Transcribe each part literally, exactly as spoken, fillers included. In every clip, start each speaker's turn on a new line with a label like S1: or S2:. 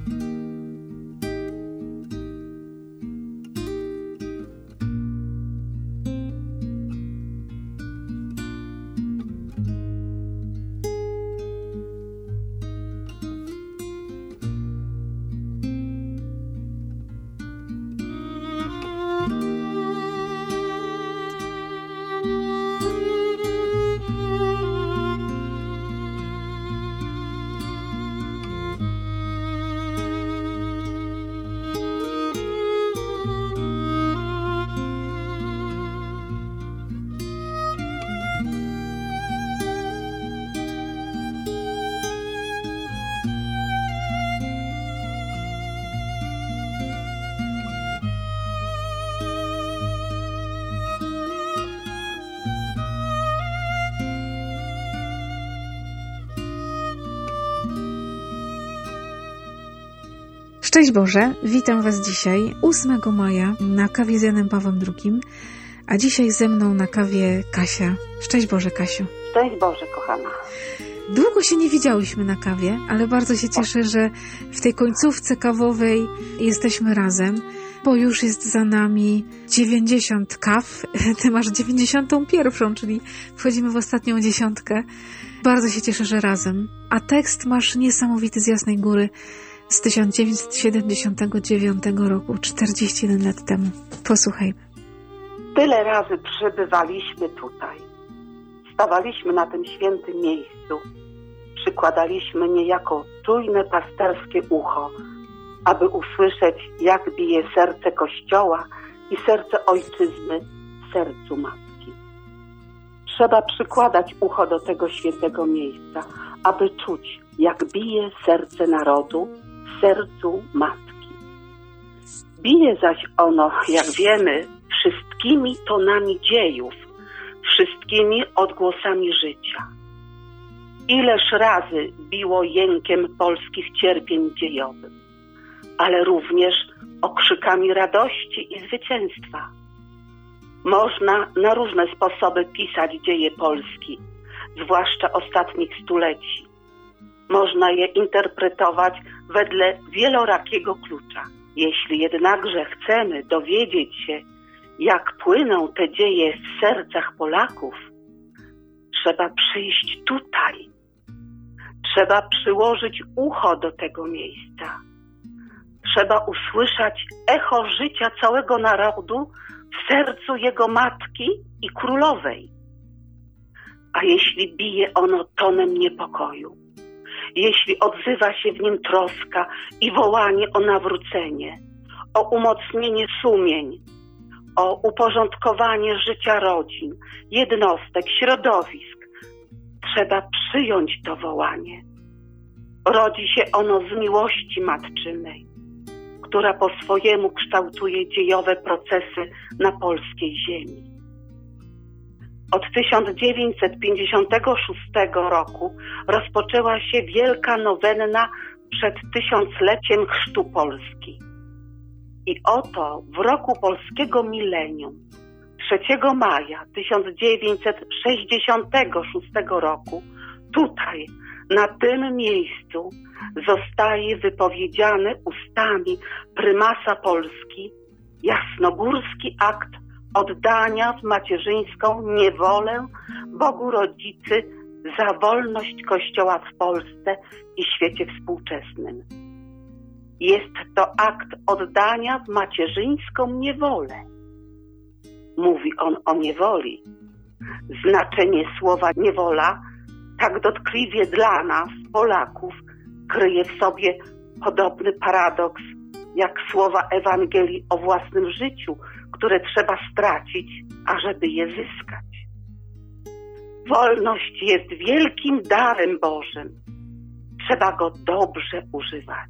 S1: Szczęść Boże, witam Was dzisiaj, ósmego maja, na kawie z Janem Pawłem drugim, a dzisiaj ze mną na kawie Kasia. Szczęść Boże, Kasiu.
S2: Szczęść Boże, kochana.
S1: Długo się nie widziałyśmy na kawie, ale bardzo się cieszę, że w tej końcówce kawowej jesteśmy razem, bo już jest za nami dziewięćdziesiąt kaw. Ty masz dziewięćdziesiątą pierwszą, czyli wchodzimy w ostatnią dziesiątkę. Bardzo się cieszę, że razem. A tekst masz niesamowity z Jasnej Góry z tysiąc dziewięćset siedemdziesiątego dziewiątego roku, czterdzieści jeden lat temu. Posłuchajmy.
S2: Tyle razy przybywaliśmy tutaj. Stawaliśmy na tym świętym miejscu. Przykładaliśmy niejako czujne pasterskie ucho, aby usłyszeć, jak bije serce Kościoła i serce Ojczyzny w sercu Matki. Trzeba przykładać ucho do tego świętego miejsca, aby czuć, jak bije serce narodu w sercu Matki. Bije zaś ono, jak wiemy, wszystkimi tonami dziejów, wszystkimi odgłosami życia. Ileż razy biło jękiem polskich cierpień dziejowych, ale również okrzykami radości i zwycięstwa. Można na różne sposoby pisać dzieje Polski, zwłaszcza ostatnich stuleci. Można je interpretować wedle wielorakiego klucza. Jeśli jednakże chcemy dowiedzieć się, jak płyną te dzieje w sercach Polaków, trzeba przyjść tutaj. Trzeba przyłożyć ucho do tego miejsca. Trzeba usłyszeć echo życia całego narodu w sercu jego matki i królowej. A jeśli bije ono tonem niepokoju, jeśli odzywa się w nim troska i wołanie o nawrócenie, o umocnienie sumień, o uporządkowanie życia rodzin, jednostek, środowisk, trzeba przyjąć to wołanie. Rodzi się ono z miłości matczynej, która po swojemu kształtuje dziejowe procesy na polskiej ziemi. Od tysiąc dziewięćset pięćdziesiątego szóstego roku rozpoczęła się wielka nowenna przed tysiącleciem chrztu Polski. I oto w roku polskiego milenium, trzeciego maja tysiąc dziewięćset sześćdziesiątego szóstego roku, tutaj, na tym miejscu, zostaje wypowiedziany ustami prymasa Polski jasnogórski akt oddania w macierzyńską niewolę Bogu Rodzicy za wolność Kościoła w Polsce i świecie współczesnym. Jest to akt oddania w macierzyńską niewolę. Mówi on o niewoli. Znaczenie słowa niewola tak dotkliwie dla nas, Polaków, kryje w sobie podobny paradoks jak słowa Ewangelii o własnym życiu, które trzeba stracić, ażeby je zyskać. Wolność jest wielkim darem Bożym. Trzeba go dobrze używać.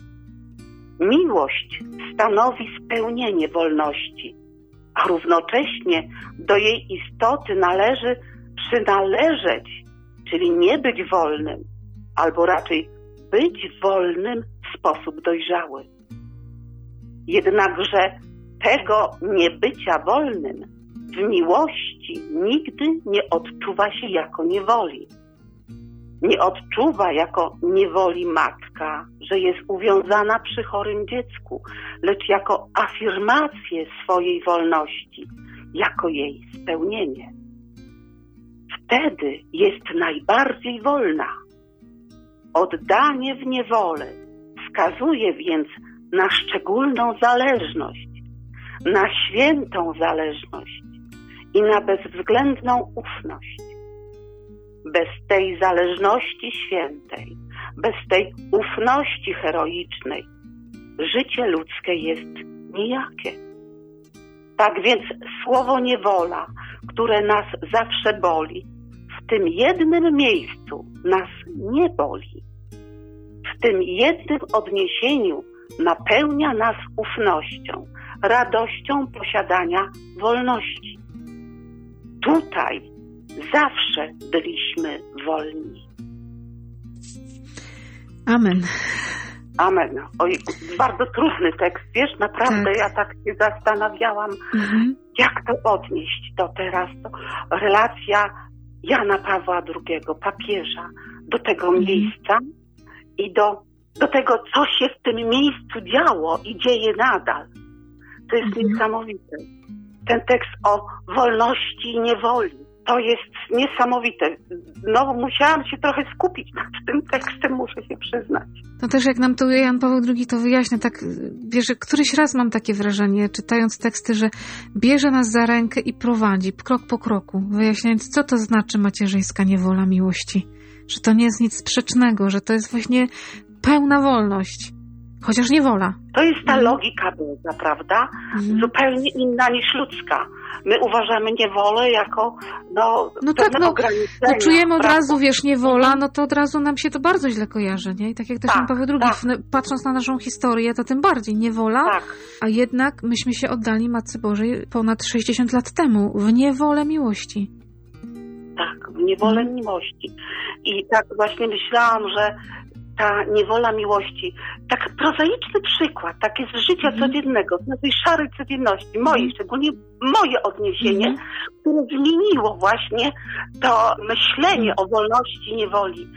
S2: Miłość stanowi spełnienie wolności, a równocześnie do jej istoty należy przynależeć, czyli nie być wolnym, albo raczej być wolnym w sposób dojrzały. Jednakże tego niebycia wolnym w miłości nigdy nie odczuwa się jako niewoli. Nie odczuwa jako niewoli matka, matka, że jest uwiązana przy chorym dziecku, lecz jako afirmację swojej wolności, jako jej spełnienie. Wtedy jest najbardziej wolna. Oddanie w niewolę wskazuje więc na szczególną zależność, na świętą zależność i na bezwzględną ufność. Bez tej zależności świętej, bez tej ufności heroicznej, życie ludzkie jest nijakie. Tak więc słowo niewola, które nas zawsze boli, w tym jednym miejscu nas nie boli. W tym jednym odniesieniu napełnia nas ufnością, radością posiadania wolności. Tutaj zawsze byliśmy wolni.
S1: Amen.
S2: Amen. Oj, bardzo trudny tekst, wiesz, naprawdę
S1: tak.
S2: Ja tak się zastanawiałam, mhm. jak to odnieść to teraz, to relacja Jana Pawła drugiego, papieża, do tego mhm. miejsca i do, do tego, co się w tym miejscu działo i dzieje nadal. To jest mhm. niesamowite. Ten tekst o wolności i niewoli. To jest niesamowite. No, musiałam się trochę skupić nad tym tekstem, muszę się przyznać.
S1: No też jak nam to Jan Paweł drugi to wyjaśnia, tak, wiesz, któryś raz mam takie wrażenie, czytając teksty, że bierze nas za rękę i prowadzi krok po kroku, wyjaśniając, co to znaczy macierzyńska niewola miłości. Że to nie jest nic sprzecznego, że to jest właśnie pełna wolność. Chociaż niewola.
S2: To jest ta logika Boga, prawda? Mhm. Zupełnie inna niż ludzka. My uważamy niewolę jako no,
S1: no tak, no, no czujemy od
S2: prawda?
S1: razu, wiesz, niewola, no to od razu nam się to bardzo źle kojarzy, nie? I tak jak też
S2: tak,
S1: Jan Paweł drugi, tak. patrząc na naszą historię, to tym bardziej niewola,
S2: tak.
S1: a jednak myśmy się oddali Matce Bożej ponad sześćdziesiąt lat temu w niewolę miłości.
S2: Tak, w niewolę hmm. miłości. I tak właśnie myślałam, że ta niewola miłości, tak prozaiczny przykład, takie z życia mm. codziennego, z naszej szarej codzienności, mojej, mm. szczególnie moje odniesienie, mm. które zmieniło właśnie to myślenie o wolności, niewoli.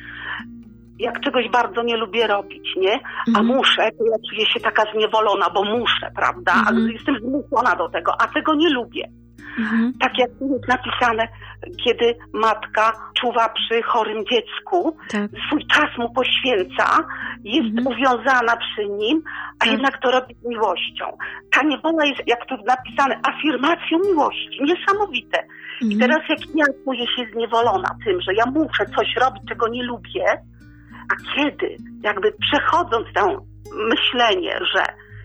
S2: Jak czegoś bardzo nie lubię robić, nie? A mm. muszę, to ja czuję się taka zniewolona, bo muszę, prawda? Mm. A jestem zmuszona do tego, a tego nie lubię. Mhm. Tak jak jest napisane, kiedy matka czuwa przy chorym dziecku, tak. swój czas mu poświęca, jest mhm. uwiązana przy nim, a tak. jednak to robi z miłością. Ta niewola jest, jak tu napisane, afirmacją miłości. Niesamowite. Mhm. I teraz jak ja czuję się zniewolona tym, że ja muszę coś robić, czego nie lubię, a kiedy jakby przechodząc to myślenie, że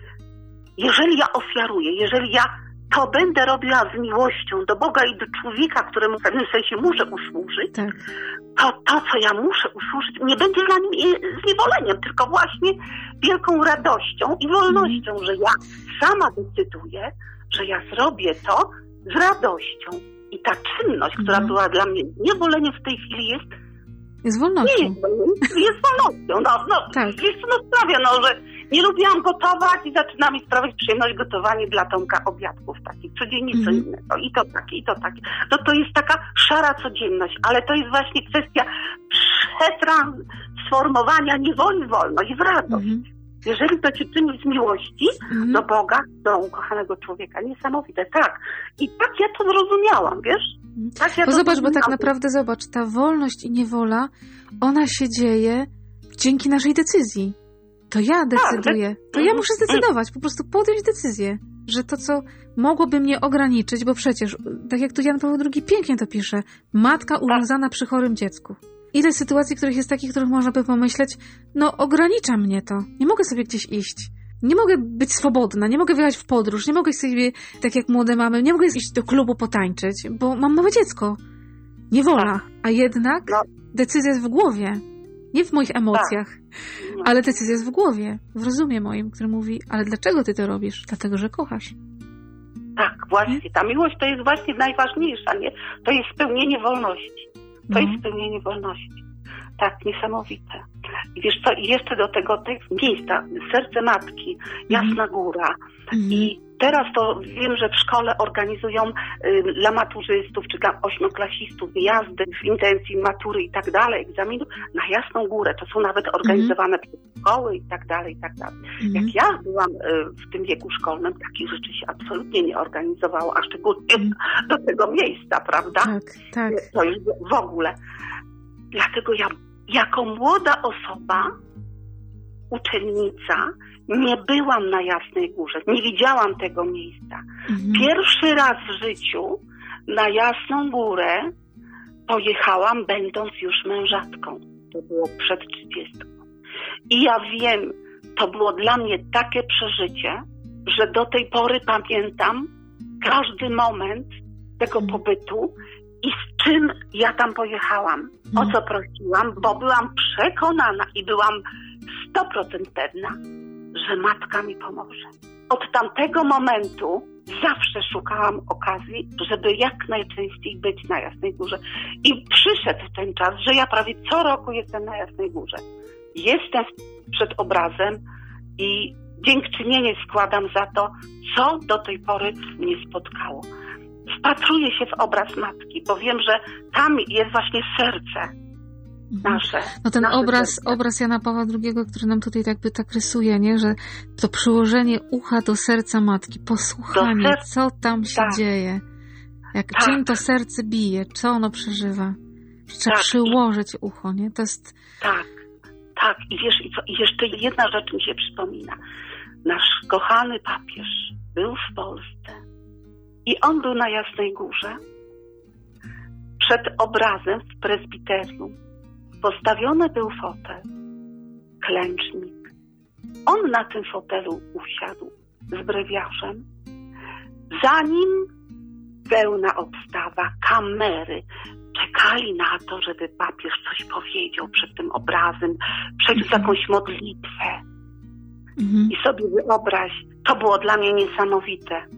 S2: jeżeli ja ofiaruję, jeżeli ja to będę robiła z miłością do Boga i do człowieka, któremu w pewnym sensie muszę usłużyć, tak. to to, co ja muszę usłużyć, nie będzie dla nim zniewoleniem, tylko właśnie wielką radością i wolnością, mm. że ja sama decyduję, że ja zrobię to z radością. I ta czynność, mm. która była dla mnie niewoleniem, w tej chwili jest
S1: Jest wolnością.
S2: Nie, jest, jest wolnością. No, no,
S1: tak.
S2: Jest no sprawia, no, że nie lubiłam gotować i zaczyna mi sprawiać przyjemność gotowanie dla Tomka obiadków takich, codziennie co mm-hmm. innego. I to takie, i to takie. No to jest taka szara codzienność, ale to jest właśnie kwestia przetransformowania niewoli w wolność, w radość. Mm-hmm. Jeżeli to się czyni z miłości mm-hmm. do Boga, do ukochanego człowieka. Niesamowite, tak. I tak ja to zrozumiałam, wiesz? Tak ja
S1: bo zobacz, bo tak naprawdę zobacz, ta wolność i niewola, ona się dzieje dzięki naszej decyzji. To ja decyduję. To ja muszę zdecydować, po prostu podjąć decyzję, że to, co mogłoby mnie ograniczyć, bo przecież, tak jak tu Jan Paweł drugi pięknie to pisze, matka uwiązana przy chorym dziecku. Ile sytuacji, których jest takich, których można by pomyśleć, no ogranicza mnie to. Nie mogę sobie gdzieś iść. Nie mogę być swobodna, nie mogę wyjechać w podróż, nie mogę sobie, tak jak młode mamy, nie mogę iść do klubu potańczyć, bo mam małe dziecko. Niewola. A jednak decyzja jest w głowie. Nie w moich emocjach, ale decyzja jest w głowie, w rozumie moim, który mówi, ale dlaczego ty to robisz? Dlatego, że kochasz.
S2: Tak, właśnie. Ta miłość to jest właśnie najważniejsza, nie? To jest spełnienie wolności. To no. jest spełnienie wolności. Tak, niesamowite. I wiesz co, i jeszcze do tego tekstu miejsca, serce matki, jasna góra. Mm. I Teraz to wiem, że w szkole organizują y, dla maturzystów czy dla ośmioklasistów wyjazdy w intencji matury i tak dalej, egzaminów na Jasną Górę. To są nawet organizowane mm. przez szkoły i tak dalej, i tak dalej. Mm. Jak ja byłam y, w tym wieku szkolnym, takich rzeczy się absolutnie nie organizowało, a szczególnie mm. do tego miejsca, prawda?
S1: Tak, tak.
S2: To już w ogóle. Dlatego ja jako młoda osoba, uczennica, nie byłam na Jasnej Górze, nie widziałam tego miejsca. Mhm. Pierwszy raz w życiu na Jasną Górę pojechałam, będąc już mężatką. To było przed trzydziestką. I ja wiem, to było dla mnie takie przeżycie, że do tej pory pamiętam każdy moment tego mhm. pobytu i z czym ja tam pojechałam, mhm. o co prosiłam, bo byłam przekonana i byłam sto procent pewna, że matka mi pomoże. Od tamtego momentu zawsze szukałam okazji, żeby jak najczęściej być na Jasnej Górze. I przyszedł ten czas, że ja prawie co roku jestem na Jasnej Górze. Jestem przed obrazem i dziękczynienie składam za to, co do tej pory mnie spotkało. Wpatruję się w obraz matki, bo wiem, że tam jest właśnie serce nasze.
S1: No ten
S2: nasze
S1: obraz,
S2: serce.
S1: obraz Jana Pawła drugiego, który nam tutaj jakby tak rysuje, nie? Że to przyłożenie ucha do serca matki, posłuchanie, ser... co tam się tak. dzieje, jak, tak. czym to serce bije, co ono przeżywa. Trzeba tak. przyłożyć ucho, nie? To jest...
S2: Tak, tak. I wiesz, i, co, i jeszcze jedna rzecz mi się przypomina. Nasz kochany papież był w Polsce i on był na Jasnej Górze. Przed obrazem w prezbiterium postawiony był fotel, klęcznik. On na tym fotelu usiadł z brewiarzem. Za nim pełna obstawa, kamery. Czekali na to, żeby papież coś powiedział przed tym obrazem, przed jakąś modlitwę. Mhm. I sobie wyobraź, to było dla mnie niesamowite.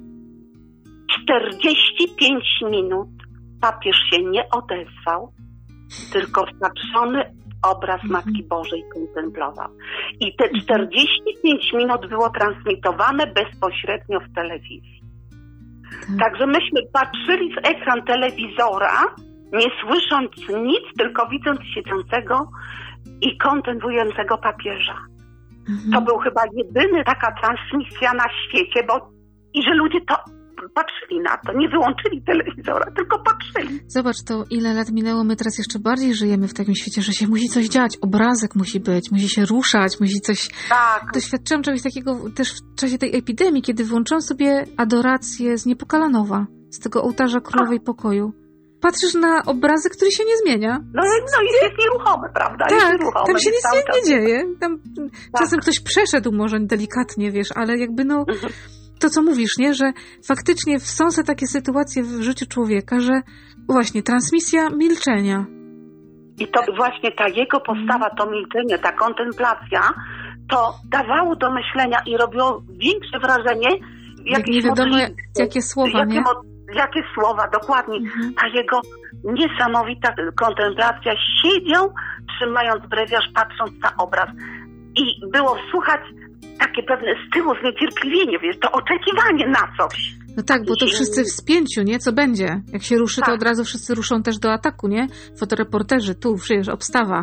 S2: czterdzieści pięć minut papież się nie odezwał, tylko wpatrzony obraz mhm. Matki Bożej kontemplował. I te czterdzieści pięć minut było transmitowane bezpośrednio w telewizji. Tak. Także myśmy patrzyli w ekran telewizora, nie słysząc nic, tylko widząc siedzącego i kontemplującego papieża. Mhm. To był chyba jedyny taka transmisja na świecie, bo i że ludzie to patrzyli na to, nie wyłączyli telewizora, tylko patrzyli.
S1: Zobacz, to ile lat minęło, my teraz jeszcze bardziej żyjemy w takim świecie, że się musi coś dziać, obrazek musi być, musi się ruszać, musi coś...
S2: Tak.
S1: Doświadczyłam czegoś takiego też w czasie tej epidemii, kiedy włączyłam sobie adorację z Niepokalanowa, z tego ołtarza Królowej Pokoju. Patrzysz na obrazek, który się nie zmienia.
S2: No, no jest, jest nieruchomy, prawda?
S1: Tak,
S2: jest nieruchomy,
S1: tam się nic nie, nie dzieje. Tam
S2: tak.
S1: Czasem ktoś przeszedł może delikatnie, wiesz, ale jakby no... Mhm. To, co mówisz, nie? Że faktycznie są se takie sytuacje w życiu człowieka, że właśnie transmisja milczenia.
S2: I to właśnie ta jego postawa, to milczenie, ta kontemplacja, to dawało do myślenia i robiło większe wrażenie.
S1: Jak nie wiadomo, jakie słowa,
S2: jakie,
S1: nie?
S2: Jakie słowa, dokładnie. Mhm. Ta jego niesamowita kontemplacja. Siedział, trzymając brewiarz, patrząc na obraz. I było słuchać takie pewne z tyłu zniecierpliwienie, wiesz, to oczekiwanie na coś.
S1: No tak, bo to wszyscy w spięciu, nie? Co będzie? Jak się ruszy, tak. to od razu wszyscy ruszą też do ataku, nie? Fotoreporterzy, tu, przecież obstawa.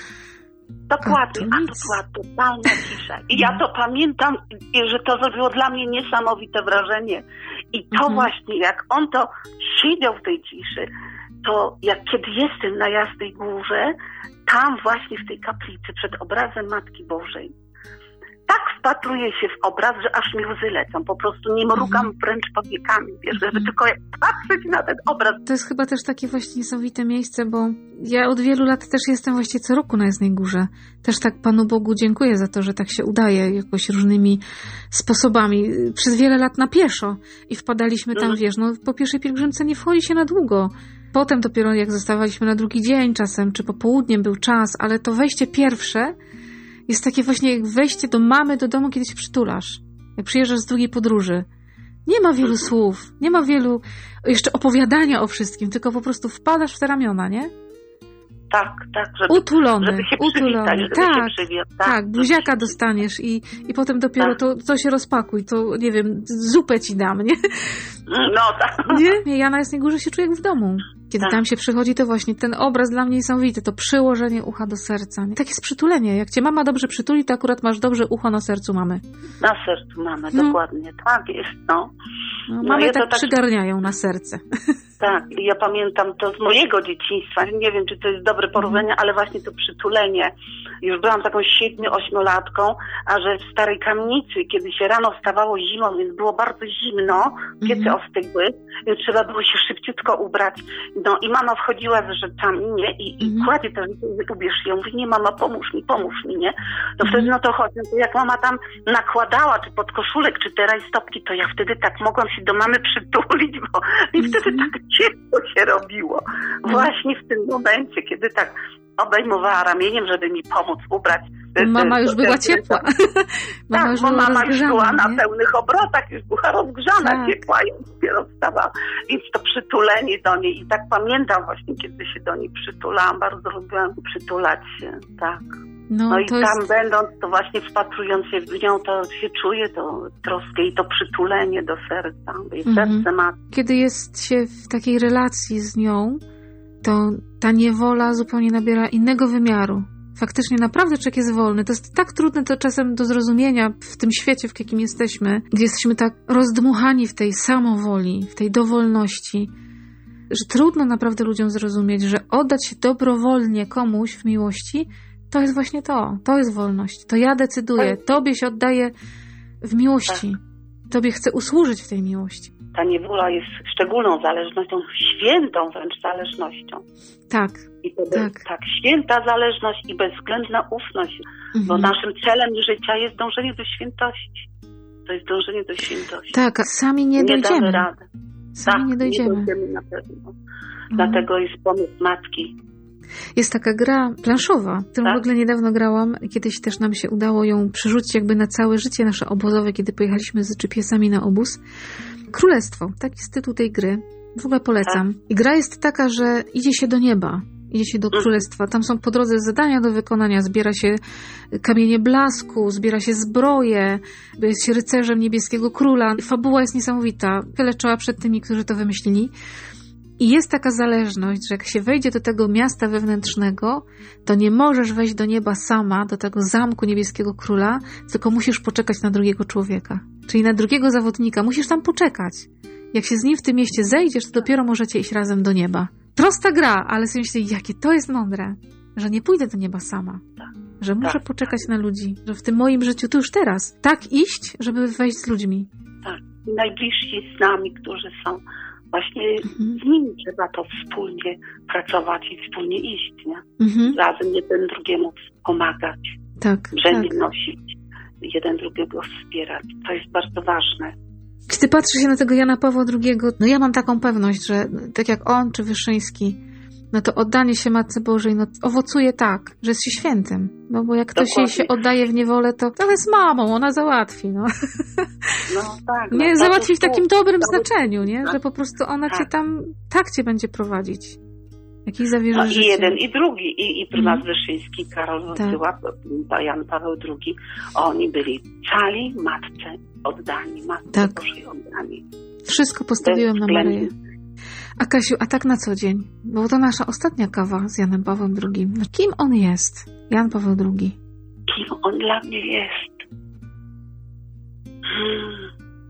S2: Dokładnie, a, a to była totalna cisza. I ja to pamiętam, że to zrobiło dla mnie niesamowite wrażenie. I to mhm. właśnie, jak on to siedział w tej ciszy, to jak kiedy jestem na Jasnej Górze, tam właśnie w tej kaplicy przed obrazem Matki Bożej, tak wpatruję się w obraz, że aż mi łzy lecą. Po prostu nie mrugam mm. wręcz powiekami, wiesz, żeby mm. tylko patrzeć na ten obraz.
S1: To jest chyba też takie właśnie niesamowite miejsce, bo ja od wielu lat też jestem właściwie co roku na Jasnej Górze. Też tak Panu Bogu dziękuję za to, że tak się udaje jakoś różnymi sposobami. Przez wiele lat na pieszo i wpadaliśmy tam, mm. wiesz, no po pierwszej pielgrzymce nie wchodzi się na długo. Potem dopiero jak zostawaliśmy na drugi dzień czasem, czy popołudniem był czas, ale to wejście pierwsze jest takie właśnie jak wejście do mamy, do domu, kiedy się przytulasz. Jak przyjeżdżasz z długiej podróży. Nie ma wielu słów, nie ma wielu jeszcze opowiadania o wszystkim, tylko po prostu wpadasz w te ramiona, nie?
S2: tak, tak. Żeby,
S1: utulony,
S2: żeby się
S1: utulony.
S2: przywitać, żeby
S1: tak,
S2: się przywiózł. Tak,
S1: tak, buziaka dostaniesz i, i potem dopiero
S2: tak.
S1: to, to się rozpakuj, to nie wiem, zupę ci dam, nie?
S2: No tak.
S1: Nie? Ja na Jasnej Górze się czuję jak w domu. Kiedy
S2: tak.
S1: tam się przychodzi, to właśnie ten obraz dla mnie niesamowity, to przyłożenie ucha do serca. Nie? Takie jest przytulenie. Jak cię mama dobrze przytuli, to akurat masz dobrze ucho na sercu mamy.
S2: Na sercu mamy,
S1: no.
S2: dokładnie. Tak jest, no.
S1: No,
S2: no
S1: mamy
S2: ja
S1: tak,
S2: tak
S1: przygarniają na serce.
S2: Tak, ja pamiętam to z mojego dzieciństwa. Nie wiem, czy to jest dobre porównanie, mm. ale właśnie to przytulenie. Już byłam taką siedmiu, ośmiolatką, a że w Starej Kamnicy, kiedy się rano wstawało zimą, więc było bardzo zimno, piece mm. ostygły, więc trzeba było się szybciutko ubrać. No i mama wchodziła z rzeczami, nie? I, mm. i kładzie to, ubierz ją. Mówi, nie mama, pomóż mi, pomóż mi, nie? To mm. wtedy, no to chodź, no to jak mama tam nakładała, czy pod koszulek, czy te rajstopki, to ja wtedy tak mogłam się do mamy przytulić, bo i mm. wtedy tak ciepło się robiło. Właśnie w tym momencie, kiedy tak obejmowała ramieniem, żeby mi pomóc ubrać.
S1: Mama już była ciepła.
S2: Mama tak, już bo była mama już była na nie? pełnych obrotach, już była rozgrzana, tak. ciepła i dopiero wstawała. Więc to przytulenie do niej i tak pamiętam właśnie, kiedy się do niej przytulałam, bardzo lubiłam przytulać się, tak. No, no i tam jest... będąc, to właśnie wpatrując się w nią, to się czuje to troskę i to przytulenie do serca, do jej mm-hmm. serce matki.
S1: Kiedy jest się w takiej relacji z nią, to ta niewola zupełnie nabiera innego wymiaru. Faktycznie naprawdę człowiek jest wolny. To jest tak trudne to czasem do zrozumienia w tym świecie, w jakim jesteśmy, gdzie jesteśmy tak rozdmuchani w tej samowoli, w tej dowolności, że trudno naprawdę ludziom zrozumieć, że oddać się dobrowolnie komuś w miłości, to jest właśnie to. To jest wolność. To ja decyduję. Tobie się oddaję w miłości. Tak. Tobie chcę usłużyć w tej miłości.
S2: Ta niewola jest szczególną zależnością, świętą wręcz zależnością.
S1: Tak.
S2: I to
S1: tak.
S2: Bez, tak, święta zależność i bezwzględna ufność, mhm. bo naszym celem życia jest dążenie do świętości. To jest dążenie do świętości.
S1: Tak, a sami nie, nie dojdziemy.
S2: Damy rady.
S1: Sami
S2: tak,
S1: nie dojdziemy.
S2: Nie dojdziemy na pewno. Mhm. Dlatego jest pomysł matki.
S1: Jest taka gra planszowa, którą tak? w ogóle niedawno grałam. Kiedyś też nam się udało ją przerzucić jakby na całe życie nasze obozowe, kiedy pojechaliśmy z G P S-ami na obóz. Królestwo, taki jest tytuł tej gry. W ogóle polecam. I gra jest taka, że idzie się do nieba. Idzie się do królestwa. Tam są po drodze zadania do wykonania. Zbiera się kamienie blasku, zbiera się zbroje, jest się rycerzem niebieskiego króla. Fabuła jest niesamowita. Tyle czoła przed tymi, którzy to wymyślili. I jest taka zależność, że jak się wejdzie do tego miasta wewnętrznego, to nie możesz wejść do nieba sama, do tego zamku niebieskiego króla, tylko musisz poczekać na drugiego człowieka. Czyli na drugiego zawodnika. Musisz tam poczekać. Jak się z nim w tym mieście zejdziesz, to dopiero możecie iść razem do nieba. Prosta gra, ale sobie myślę, jakie to jest mądre, że nie pójdę do nieba sama. Że muszę tak. poczekać na ludzi. Że w tym moim życiu tu już teraz. Tak iść, żeby wejść z ludźmi.
S2: Tak. Najbliżsi z nami, którzy są. Właśnie mhm. z nimi trzeba to wspólnie pracować i wspólnie iść, nie? Mhm. Razem jeden drugiemu pomagać.
S1: Tak,
S2: brzemię
S1: tak.
S2: nosić. Jeden drugiego wspierać. To jest bardzo ważne.
S1: Kiedy patrzy się na tego Jana Pawła drugiego, no ja mam taką pewność, że tak jak on czy Wyszyński, no to oddanie się Matce Bożej no, owocuje tak, że jest się świętym. No bo jak ktoś jej się oddaje w niewolę, to to jest mamą, ona załatwi. No,
S2: no tak. No,
S1: nie,
S2: tak
S1: załatwi w takim dobrym
S2: to
S1: znaczeniu, nie? Że po prostu ona tak. cię tam, tak cię będzie prowadzić. Jakich zawierzysz
S2: no, i
S1: życie.
S2: jeden, i drugi, i, i prymas mm. Wyszyński, Karol Wojtyła, tak. Jan Paweł drugi, oni byli cali matce oddani, matce
S1: tak.
S2: Bożej oddani.
S1: Wszystko postawiłem na Maryję. A Kasiu, a tak na co dzień? Bo to nasza ostatnia kawa z Janem Pawłem drugim. No, kim on jest? Jan Paweł drugi.
S2: Kim on dla mnie jest? Hmm.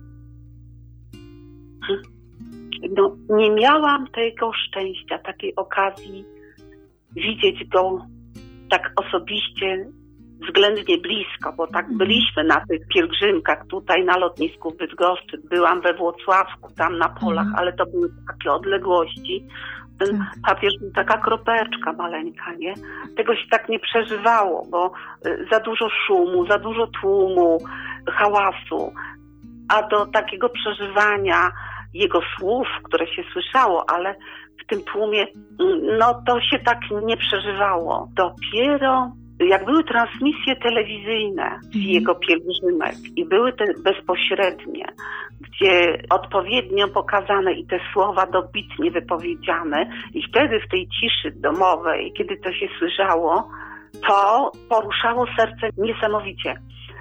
S2: Hmm. No, nie miałam tego szczęścia, takiej okazji widzieć go tak osobiście, względnie blisko, bo tak byliśmy na tych pielgrzymkach tutaj na lotnisku w Bydgoszczy, byłam we Włocławku, tam na polach, ale to były takie odległości. Ten papież był taka kropeczka maleńka, nie? Tego się tak nie przeżywało, bo za dużo szumu, za dużo tłumu, hałasu, a do takiego przeżywania jego słów, które się słyszało, ale w tym tłumie, no to się tak nie przeżywało. Dopiero jak były transmisje telewizyjne z jego pielgrzymek i były te bezpośrednie, gdzie odpowiednio pokazane i te słowa dobitnie wypowiedziane i wtedy w tej ciszy domowej, kiedy to się słyszało, to poruszało serce niesamowicie.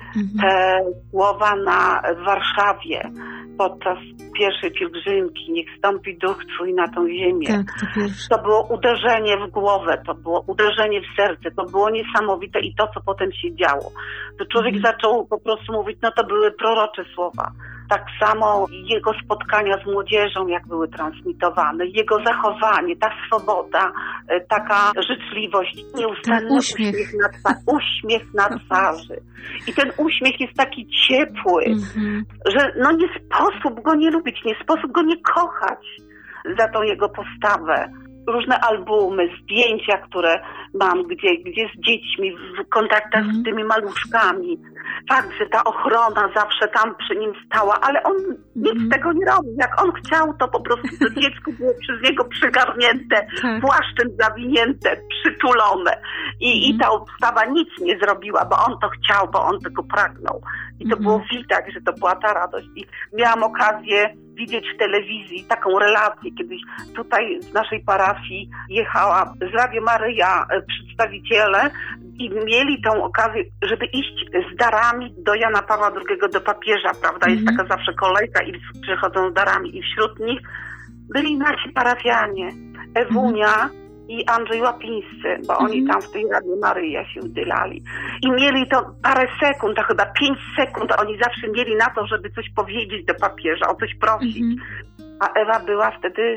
S2: Te słowa na w Warszawie podczas pierwszej pielgrzymki, niech stąpi duch Twój na tą ziemię.
S1: Tak, to,
S2: to było uderzenie w głowę, to było uderzenie w serce, to było niesamowite i to, co potem się działo. To człowiek mhm. zaczął po prostu mówić, no to były prorocze słowa. Tak samo jego spotkania z młodzieżą, jak były transmitowane, jego zachowanie, ta swoboda, taka życzliwość, nieustanny uśmiech. Uśmiech, na twarzy, uśmiech na twarzy. I ten uśmiech jest taki ciepły, mm-hmm. że no nie sposób go nie lubić, nie sposób go nie kochać za tą jego postawę. Różne albumy, zdjęcia, które mam, gdzie, gdzie z dziećmi, w kontaktach mm. z tymi maluszkami. Fakt, że ta ochrona zawsze tam przy nim stała, ale on mm. nic z tego nie robił. Jak on chciał, to po prostu to dziecko było przez niego przygarnięte, tak. płaszczem zawinięte, przytulone. I, mm. i ta ustawa nic nie zrobiła, bo on to chciał, bo on tego pragnął. I to mm. było widać, że to była ta radość. I miałam okazję widzieć w telewizji taką relację. Kiedyś tutaj z naszej parafii jechała z Radio Maryja przedstawiciele i mieli tą okazję, żeby iść z darami do Jana Pawła drugiego, do papieża, prawda? Jest mm. taka zawsze kolejka i przychodzą z darami i wśród nich byli nasi parafianie, Ewunia mm. i Andrzej Łapińscy, bo mm. oni tam w tej Radio Maryja się udzielali. I mieli to parę sekund, to chyba pięć sekund, oni zawsze mieli na to, żeby coś powiedzieć do papieża, o coś prosić. Mm. A Ewa była wtedy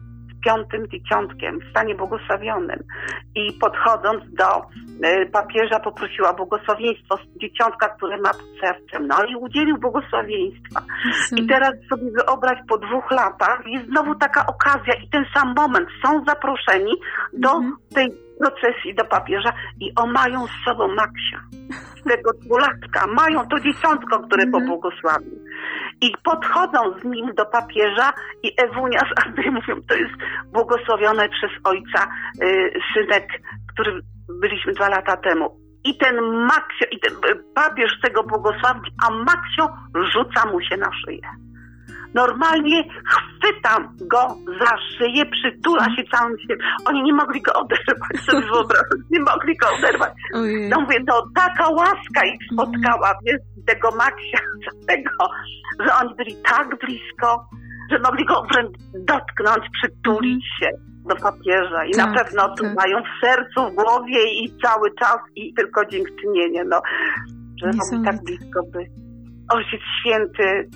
S2: z piątym dzieciątkiem, w stanie błogosławionym. I podchodząc do y, papieża poprosiła błogosławieństwo z dzieciątka, które ma pod sercem. No i udzielił błogosławieństwa. Mm. I teraz sobie wyobraź, po dwóch latach jest znowu taka okazja i ten sam moment. Są zaproszeni do mm. tej procesji do papieża i o mają z sobą Maksia, tego dwulatka, mają to dzieciątko, które mm. pobłogosławił. I podchodzą z nim do papieża i Ewunia z Andrzejem mówią, to jest błogosławiony przez ojca y, synek, który byliśmy dwa lata temu. I ten Maksio, i ten papież tego błogosławi, a Maksio rzuca mu się na szyję. Normalnie chwytam go za szyję, przytula się całym światem. Oni nie mogli go oderwać, sobie wyobrażać, nie mogli go oderwać. Ojej. No mówię, to taka łaska ich spotkała, mm. wiesz, tego Maksia, tego, że oni byli tak blisko, że mogli go wręcz dotknąć, przytulić się do papieża. I tak, na pewno tak. mają w sercu, w głowie i cały czas i tylko dziękczynienie, no, że mogli tak blisko być. Ojciec Święty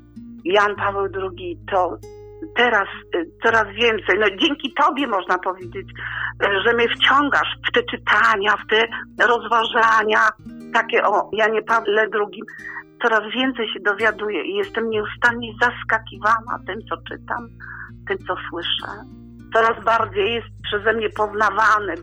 S2: Jan Paweł drugi to teraz coraz więcej, no dzięki Tobie można powiedzieć, że mnie wciągasz w te czytania, w te rozważania takie o Janie Pawle drugim. Coraz więcej się dowiaduję i jestem nieustannie zaskakiwana tym, co czytam, tym, co słyszę. Coraz bardziej jest przeze mnie poznawany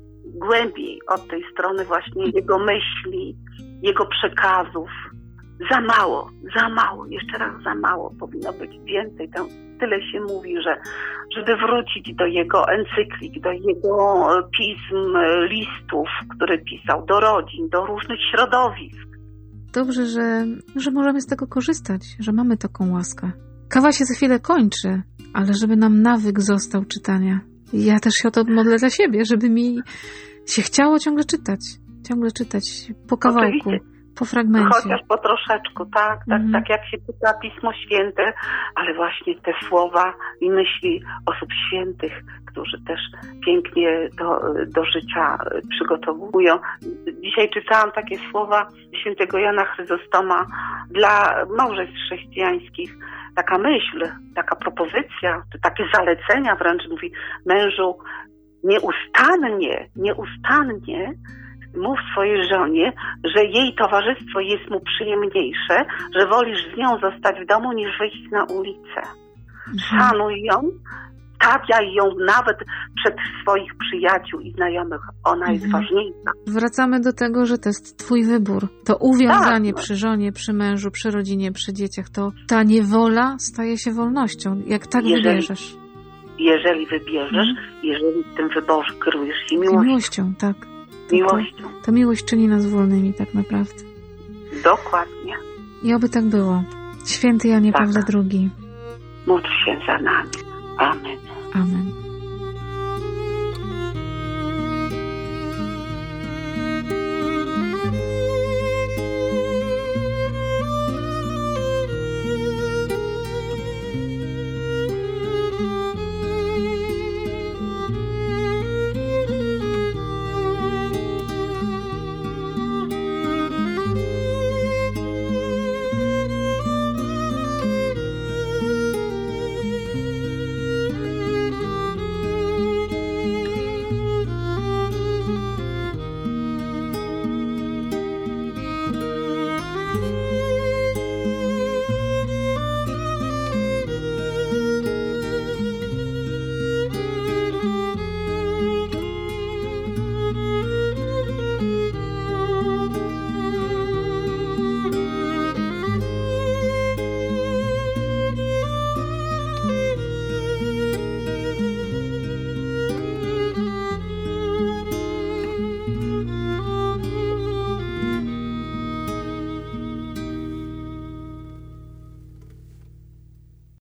S2: głębiej od tej strony właśnie jego myśli, jego przekazów. Za mało, za mało, jeszcze raz za mało, powinno być więcej. Tam tyle się mówi, że żeby wrócić do jego encyklik, do jego pism, listów, które pisał do rodzin, do różnych środowisk.
S1: Dobrze, że, że możemy z tego korzystać, że mamy taką łaskę. Kawa się za chwilę kończy, ale żeby nam nawyk został czytania. Ja też się o to modlę dla siebie, żeby mi się chciało ciągle czytać, ciągle czytać po kawałku. Oczywiście. Po fragmencie.
S2: Chociaż po troszeczku, tak, tak, mm. tak jak się czyta Pismo Święte, ale właśnie te słowa i myśli osób świętych, którzy też pięknie do, do życia przygotowują. Dzisiaj czytałam takie słowa świętego Jana Chryzostoma dla małżeństw chrześcijańskich. Taka myśl, taka propozycja, takie zalecenia wręcz mówi mężu, nieustannie, nieustannie mów swojej żonie, że jej towarzystwo jest mu przyjemniejsze, że wolisz z nią zostać w domu, niż wyjść na ulicę. Mhm. Szanuj ją, stawiaj ją nawet przed swoich przyjaciół i znajomych. Ona mhm. jest ważniejsza.
S1: Wracamy do tego, że to jest twój wybór. To uwiązanie tak, przy żonie, przy mężu, przy rodzinie, przy dzieciach, to ta niewola staje się wolnością. Jak tak jeżeli, wybierzesz.
S2: Jeżeli wybierzesz, mhm. jeżeli w tym wyborze kierujesz się miłością.
S1: Miłością, tak. To,
S2: miłością.
S1: To, to miłość czyni nas wolnymi tak naprawdę.
S2: Dokładnie.
S1: I oby tak było. Święty Janie
S2: Tak.
S1: Pawle drugi.
S2: Módl się za nami. Amen.
S1: Amen.